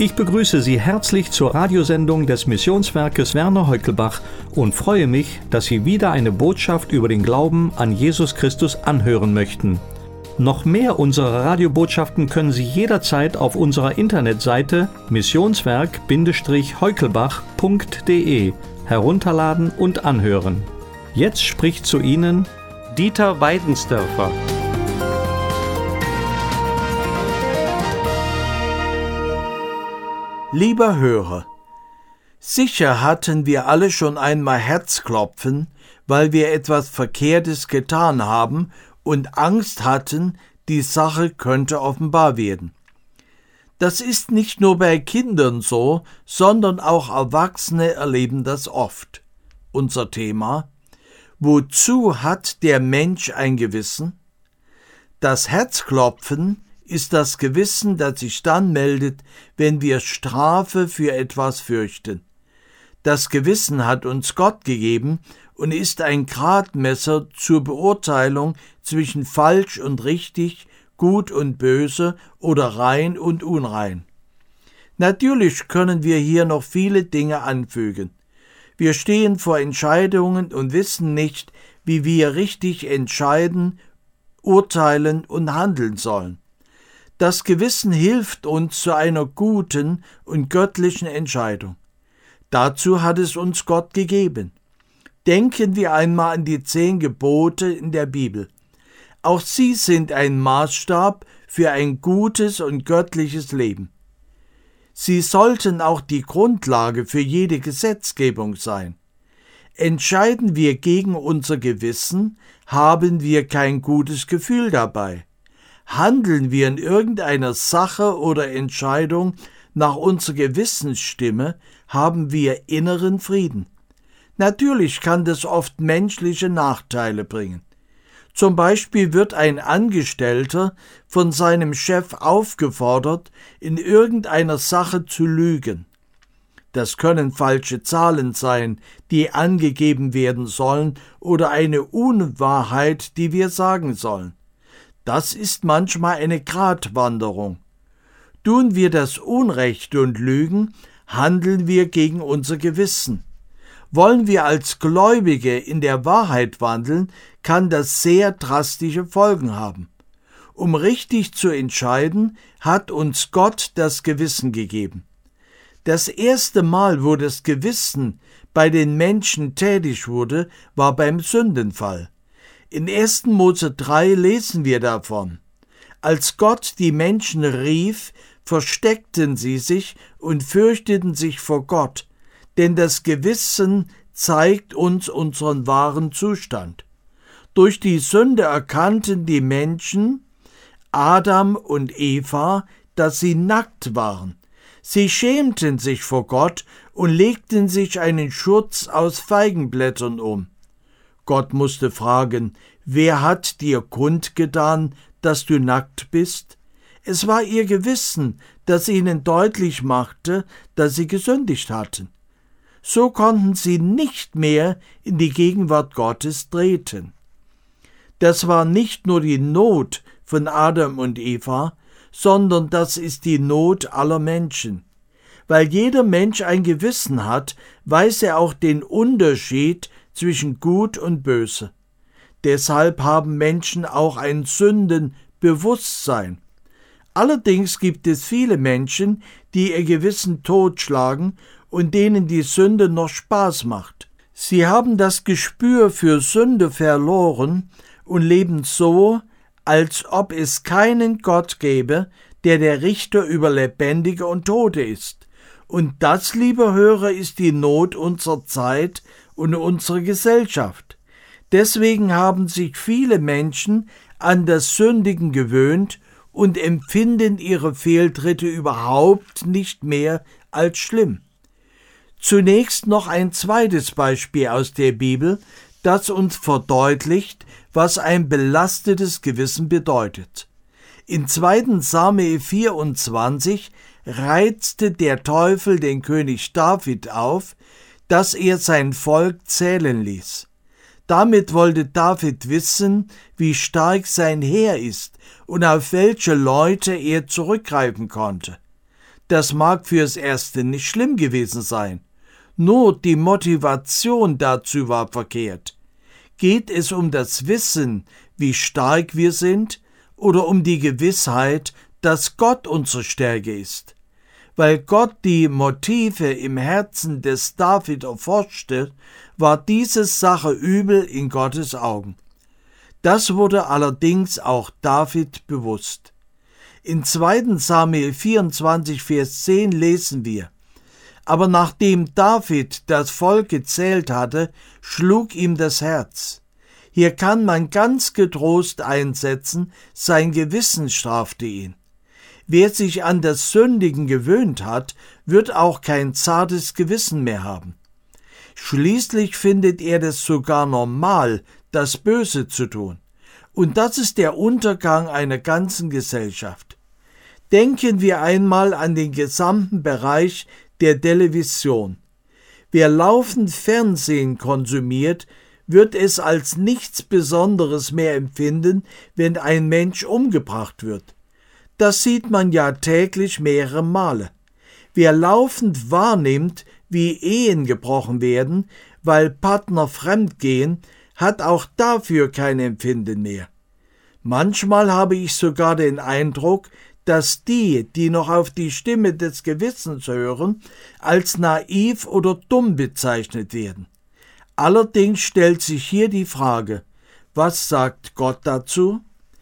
Ich begrüße Sie herzlich zur Radiosendung des Missionswerkes Werner Heukelbach und freue mich, dass Sie wieder eine Botschaft über den Glauben an Jesus Christus anhören möchten. Noch mehr unserer Radiobotschaften können Sie jederzeit auf unserer Internetseite missionswerk-heukelbach.de herunterladen und anhören. Jetzt spricht zu Ihnen Dieter Weidensdörfer. Lieber Hörer, sicher hatten wir alle schon einmal Herzklopfen, weil wir etwas Verkehrtes getan haben und Angst hatten, die Sache könnte offenbar werden. Das ist nicht nur bei Kindern so, sondern auch Erwachsene erleben das oft. Unser Thema: Wozu hat der Mensch ein Gewissen? Das Herzklopfen ist das Gewissen, das sich dann meldet, wenn wir Strafe für etwas fürchten. Das Gewissen hat uns Gott gegeben und ist ein Gradmesser zur Beurteilung zwischen falsch und richtig, gut und böse oder rein und unrein. Natürlich können wir hier noch viele Dinge anfügen. Wir stehen vor Entscheidungen und wissen nicht, wie wir richtig entscheiden, urteilen und handeln sollen. Das Gewissen hilft uns zu einer guten und göttlichen Entscheidung. Dazu hat es uns Gott gegeben. Denken wir einmal an die 10 Gebote in der Bibel. Auch sie sind ein Maßstab für ein gutes und göttliches Leben. Sie sollten auch die Grundlage für jede Gesetzgebung sein. Entscheiden wir gegen unser Gewissen, haben wir kein gutes Gefühl dabei. Handeln wir in irgendeiner Sache oder Entscheidung nach unserer Gewissensstimme, haben wir inneren Frieden. Natürlich kann das oft menschliche Nachteile bringen. Zum Beispiel wird ein Angestellter von seinem Chef aufgefordert, in irgendeiner Sache zu lügen. Das können falsche Zahlen sein, die angegeben werden sollen, oder eine Unwahrheit, die wir sagen sollen. Das ist manchmal eine Gratwanderung. Tun wir das Unrecht und lügen, handeln wir gegen unser Gewissen. Wollen wir als Gläubige in der Wahrheit wandeln, kann das sehr drastische Folgen haben. Um richtig zu entscheiden, hat uns Gott das Gewissen gegeben. Das erste Mal, wo das Gewissen bei den Menschen tätig wurde, war beim Sündenfall. In 1. Mose 3 lesen wir davon. Als Gott die Menschen rief, versteckten sie sich und fürchteten sich vor Gott, denn das Gewissen zeigt uns unseren wahren Zustand. Durch die Sünde erkannten die Menschen, Adam und Eva, dass sie nackt waren. Sie schämten sich vor Gott und legten sich einen Schurz aus Feigenblättern um. Gott musste fragen: Wer hat dir kundgetan, dass du nackt bist? Es war ihr Gewissen, das ihnen deutlich machte, dass sie gesündigt hatten. So konnten sie nicht mehr in die Gegenwart Gottes treten. Das war nicht nur die Not von Adam und Eva, sondern das ist die Not aller Menschen. Weil jeder Mensch ein Gewissen hat, weiß er auch den Unterschied zwischen Gut und Böse. Deshalb haben Menschen auch ein Sündenbewusstsein. Allerdings gibt es viele Menschen, die ihr Gewissen totschlagen und denen die Sünde noch Spaß macht. Sie haben das Gespür für Sünde verloren und leben so, als ob es keinen Gott gäbe, der der Richter über Lebendige und Tote ist. Und das, liebe Hörer, ist die Not unserer Zeit und unserer Gesellschaft. Deswegen haben sich viele Menschen an das Sündigen gewöhnt und empfinden ihre Fehltritte überhaupt nicht mehr als schlimm. Zunächst noch ein zweites Beispiel aus der Bibel, das uns verdeutlicht, was ein belastetes Gewissen bedeutet. In 2. Samuel 24 reizte der Teufel den König David auf, dass er sein Volk zählen ließ. Damit wollte David wissen, wie stark sein Heer ist und auf welche Leute er zurückgreifen konnte. Das mag fürs Erste nicht schlimm gewesen sein. Nur die Motivation dazu war verkehrt. Geht es um das Wissen, wie stark wir sind, oder um die Gewissheit, dass Gott unsere Stärke ist? Weil Gott die Motive im Herzen des David erforschte, war diese Sache übel in Gottes Augen. Das wurde allerdings auch David bewusst. In 2. Samuel 24, Vers 10 lesen wir: Aber nachdem David das Volk gezählt hatte, schlug ihm das Herz. Hier kann man ganz getrost einsetzen, sein Gewissen strafte ihn. Wer sich an das Sündigen gewöhnt hat, wird auch kein zartes Gewissen mehr haben. Schließlich findet er es sogar normal, das Böse zu tun. Und das ist der Untergang einer ganzen Gesellschaft. Denken wir einmal an den gesamten Bereich der Television. Wer laufend Fernsehen konsumiert, wird es als nichts Besonderes mehr empfinden, wenn ein Mensch umgebracht wird. Das sieht man ja täglich mehrere Male. Wer laufend wahrnimmt, wie Ehen gebrochen werden, weil Partner fremdgehen, hat auch dafür kein Empfinden mehr. Manchmal habe ich sogar den Eindruck, dass die noch auf die Stimme des Gewissens hören, als naiv oder dumm bezeichnet werden. Allerdings stellt sich hier die Frage: Was sagt Gott dazu?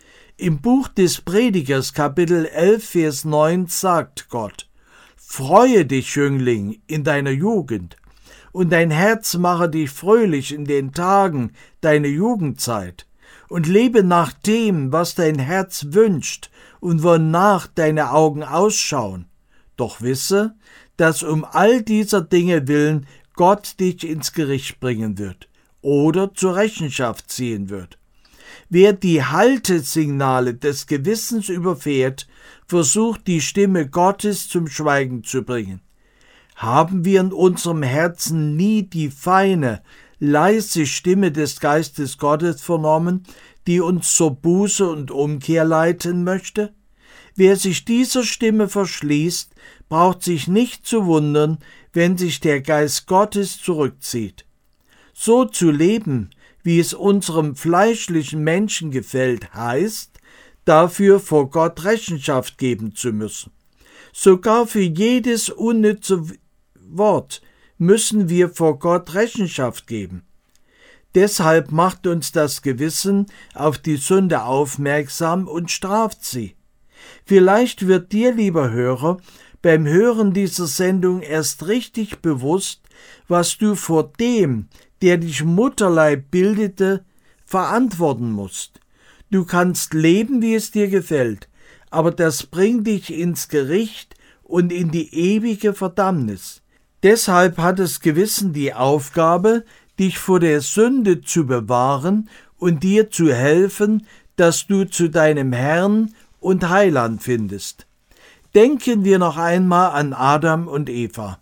Im Buch des Predigers, Kapitel 11, Vers 9, sagt Gott: Freue dich, Jüngling, in deiner Jugend, und dein Herz mache dich fröhlich in den Tagen deiner Jugendzeit, und lebe nach dem, was dein Herz wünscht und wonach deine Augen ausschauen. Doch wisse, dass um all dieser Dinge willen Gott dich ins Gericht bringen wird oder zur Rechenschaft ziehen wird. Wer die Haltesignale des Gewissens überfährt, versucht die Stimme Gottes zum Schweigen zu bringen. Haben wir in unserem Herzen nie die feine, leise Stimme des Geistes Gottes vernommen, die uns zur Buße und Umkehr leiten möchte? Wer sich dieser Stimme verschließt, braucht sich nicht zu wundern, wenn sich der Geist Gottes zurückzieht. So zu leben, wie es unserem fleischlichen Menschen gefällt, heißt, dafür vor Gott Rechenschaft geben zu müssen. Sogar für jedes unnütze Wort müssen wir vor Gott Rechenschaft geben. Deshalb macht uns das Gewissen auf die Sünde aufmerksam und straft sie. Vielleicht wird dir, lieber Hörer, beim Hören dieser Sendung erst richtig bewusst, was du vor dem, der dich Mutterleib bildete, verantworten musst. Du kannst leben, wie es dir gefällt, aber das bringt dich ins Gericht und in die ewige Verdammnis. Deshalb hat das Gewissen die Aufgabe, dich vor der Sünde zu bewahren und dir zu helfen, dass du zu deinem Herrn und Heiland findest. Denken wir noch einmal an Adam und Eva.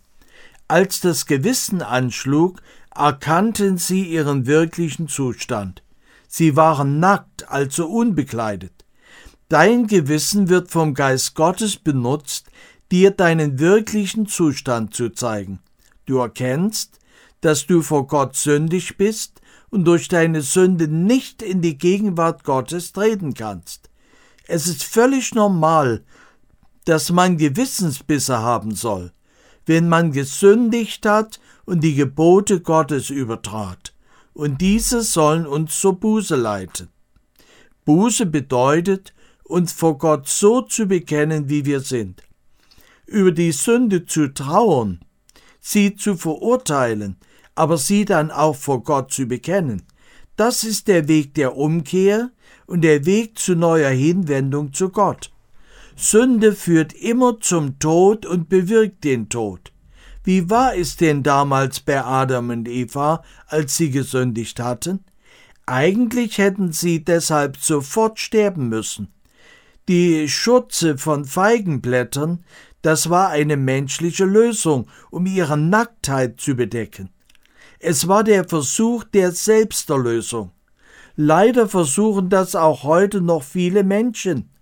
Als das Gewissen anschlug, erkannten sie ihren wirklichen Zustand. Sie waren nackt, also unbekleidet. Dein Gewissen wird vom Geist Gottes benutzt, dir deinen wirklichen Zustand zu zeigen. Du erkennst, dass du vor Gott sündig bist und durch deine Sünde nicht in die Gegenwart Gottes treten kannst. Es ist völlig normal, dass man Gewissensbisse haben soll, wenn man gesündigt hat und die Gebote Gottes übertrat. Und diese sollen uns zur Buße leiten. Buße bedeutet, uns vor Gott so zu bekennen, wie wir sind. Über die Sünde zu trauern, sie zu verurteilen, aber sie dann auch vor Gott zu bekennen. Das ist der Weg der Umkehr und der Weg zu neuer Hinwendung zu Gott. Sünde führt immer zum Tod und bewirkt den Tod. Wie war es denn damals bei Adam und Eva, als sie gesündigt hatten? Eigentlich hätten sie deshalb sofort sterben müssen. Die Schürze von Feigenblättern, das war eine menschliche Lösung, um ihre Nacktheit zu bedecken. Es war der Versuch der Selbsterlösung. Leider versuchen das auch heute noch viele Menschen.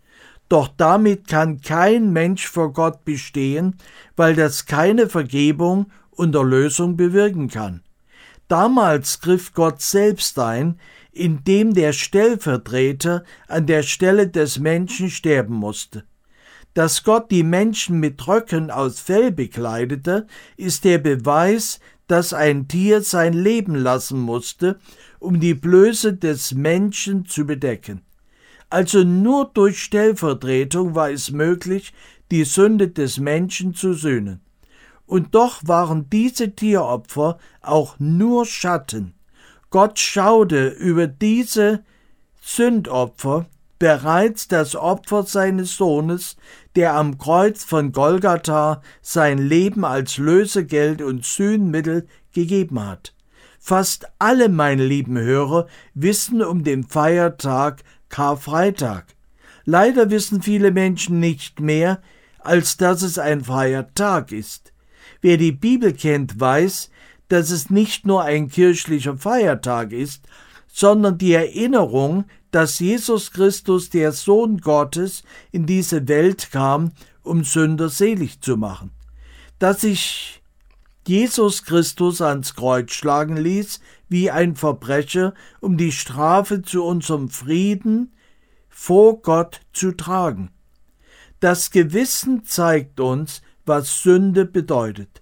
Doch damit kann kein Mensch vor Gott bestehen, weil das keine Vergebung und Erlösung bewirken kann. Damals griff Gott selbst ein, indem der Stellvertreter an der Stelle des Menschen sterben musste. Dass Gott die Menschen mit Röcken aus Fell bekleidete, ist der Beweis, dass ein Tier sein Leben lassen musste, um die Blöße des Menschen zu bedecken. Also nur durch Stellvertretung war es möglich, die Sünde des Menschen zu sühnen. Und doch waren diese Tieropfer auch nur Schatten. Gott schaute über diese Sündopfer bereits das Opfer seines Sohnes, der am Kreuz von Golgatha sein Leben als Lösegeld und Sühnmittel gegeben hat. Fast alle, meine lieben Hörer, wissen um den Feiertag Karfreitag. Leider wissen viele Menschen nicht mehr, als dass es ein freier Tag ist. Wer die Bibel kennt, weiß, dass es nicht nur ein kirchlicher Feiertag ist, sondern die Erinnerung, dass Jesus Christus, der Sohn Gottes, in diese Welt kam, um Sünder selig zu machen. Dass sich Jesus Christus ans Kreuz schlagen ließ, wie ein Verbrecher, um die Strafe zu unserem Frieden vor Gott zu tragen. Das Gewissen zeigt uns, was Sünde bedeutet.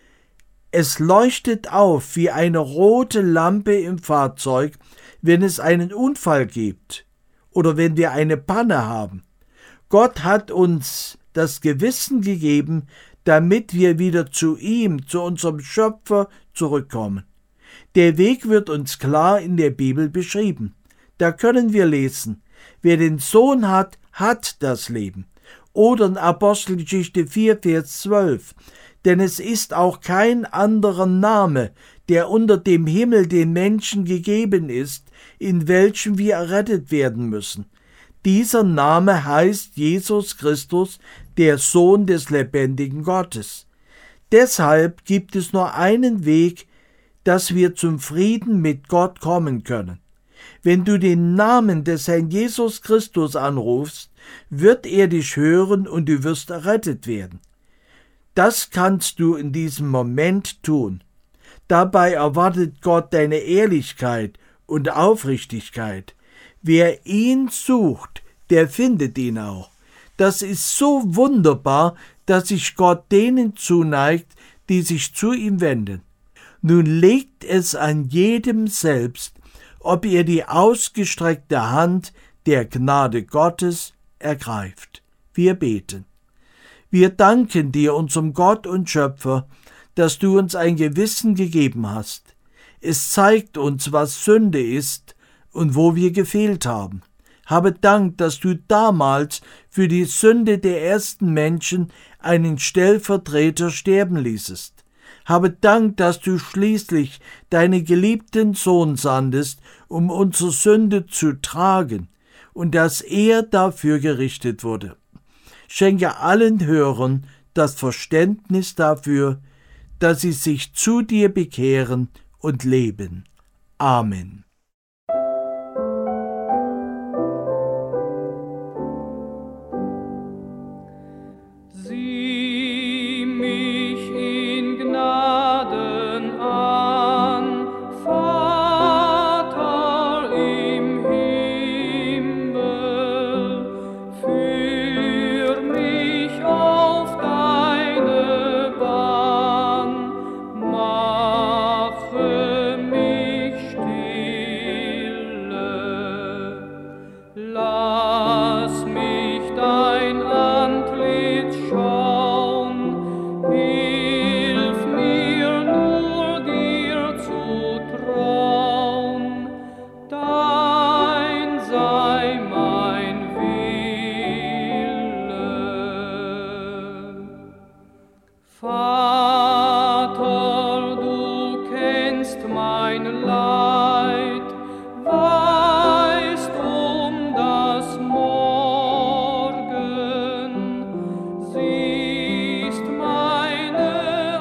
Es leuchtet auf wie eine rote Lampe im Fahrzeug, wenn es einen Unfall gibt oder wenn wir eine Panne haben. Gott hat uns das Gewissen gegeben, damit wir wieder zu ihm, zu unserem Schöpfer, zurückkommen. Der Weg wird uns klar in der Bibel beschrieben. Da können wir lesen: Wer den Sohn hat, hat das Leben. Oder in Apostelgeschichte 4, Vers 12. Denn es ist auch kein anderer Name, der unter dem Himmel den Menschen gegeben ist, in welchem wir errettet werden müssen. Dieser Name heißt Jesus Christus, der Sohn des lebendigen Gottes. Deshalb gibt es nur einen Weg, dass wir zum Frieden mit Gott kommen können. Wenn du den Namen des Herrn Jesus Christus anrufst, wird er dich hören und du wirst errettet werden. Das kannst du in diesem Moment tun. Dabei erwartet Gott deine Ehrlichkeit und Aufrichtigkeit. Wer ihn sucht, der findet ihn auch. Das ist so wunderbar, dass sich Gott denen zuneigt, die sich zu ihm wenden. Nun legt es an jedem selbst, ob er die ausgestreckte Hand der Gnade Gottes ergreift. Wir beten. Wir danken dir, unserem Gott und Schöpfer, dass du uns ein Gewissen gegeben hast. Es zeigt uns, was Sünde ist und wo wir gefehlt haben. Habe Dank, dass du damals für die Sünde der ersten Menschen einen Stellvertreter sterben ließest. Habe Dank, dass du schließlich deinen geliebten Sohn sandest, um unsere Sünde zu tragen, und dass er dafür gerichtet wurde. Schenke allen Hörern das Verständnis dafür, dass sie sich zu dir bekehren und leben. Amen. Sieh mich in Gnaden an, Vater im Himmel, führ mich auf deine Bahn, mache mich stille, lass mich dein Antlitz schauen, hilf mir nur dir zu trauen, dein sei mein Wille. Vater, du kennst mein Leid, weißt um das Morgen, siehst meine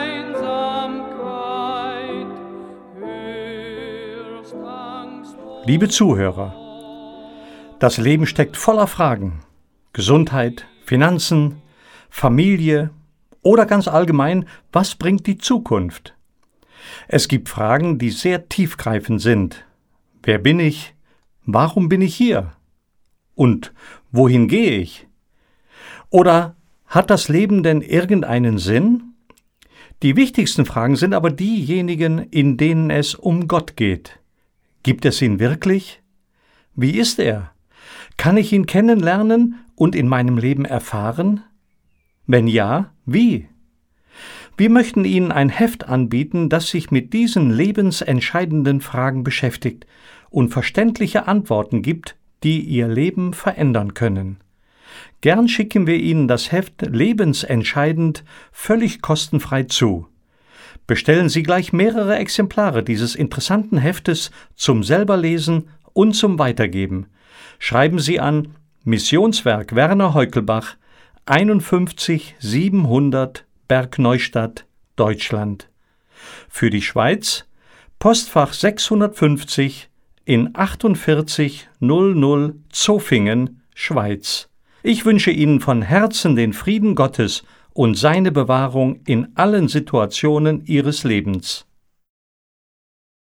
Einsamkeit, hörst Angst. Liebe Zuhörer, das Leben steckt voller Fragen. Gesundheit, Finanzen, Familie oder ganz allgemein, was bringt die Zukunft? Es gibt Fragen, die sehr tiefgreifend sind. Wer bin ich? Warum bin ich hier? Und wohin gehe ich? Oder hat das Leben denn irgendeinen Sinn? Die wichtigsten Fragen sind aber diejenigen, in denen es um Gott geht. Gibt es ihn wirklich? Wie ist er? Kann ich ihn kennenlernen und in meinem Leben erfahren? Wenn ja, wie? Wir möchten Ihnen ein Heft anbieten, das sich mit diesen lebensentscheidenden Fragen beschäftigt und verständliche Antworten gibt, die Ihr Leben verändern können. Gern schicken wir Ihnen das Heft Lebensentscheidend völlig kostenfrei zu. Bestellen Sie gleich mehrere Exemplare dieses interessanten Heftes zum Selberlesen und zum Weitergeben. Schreiben Sie an Missionswerk Werner Heukelbach, 51 700 Bergneustadt, Deutschland. Für die Schweiz Postfach 650 in 48 00 Zofingen, Schweiz. Ich wünsche Ihnen von Herzen den Frieden Gottes und seine Bewahrung in allen Situationen Ihres Lebens.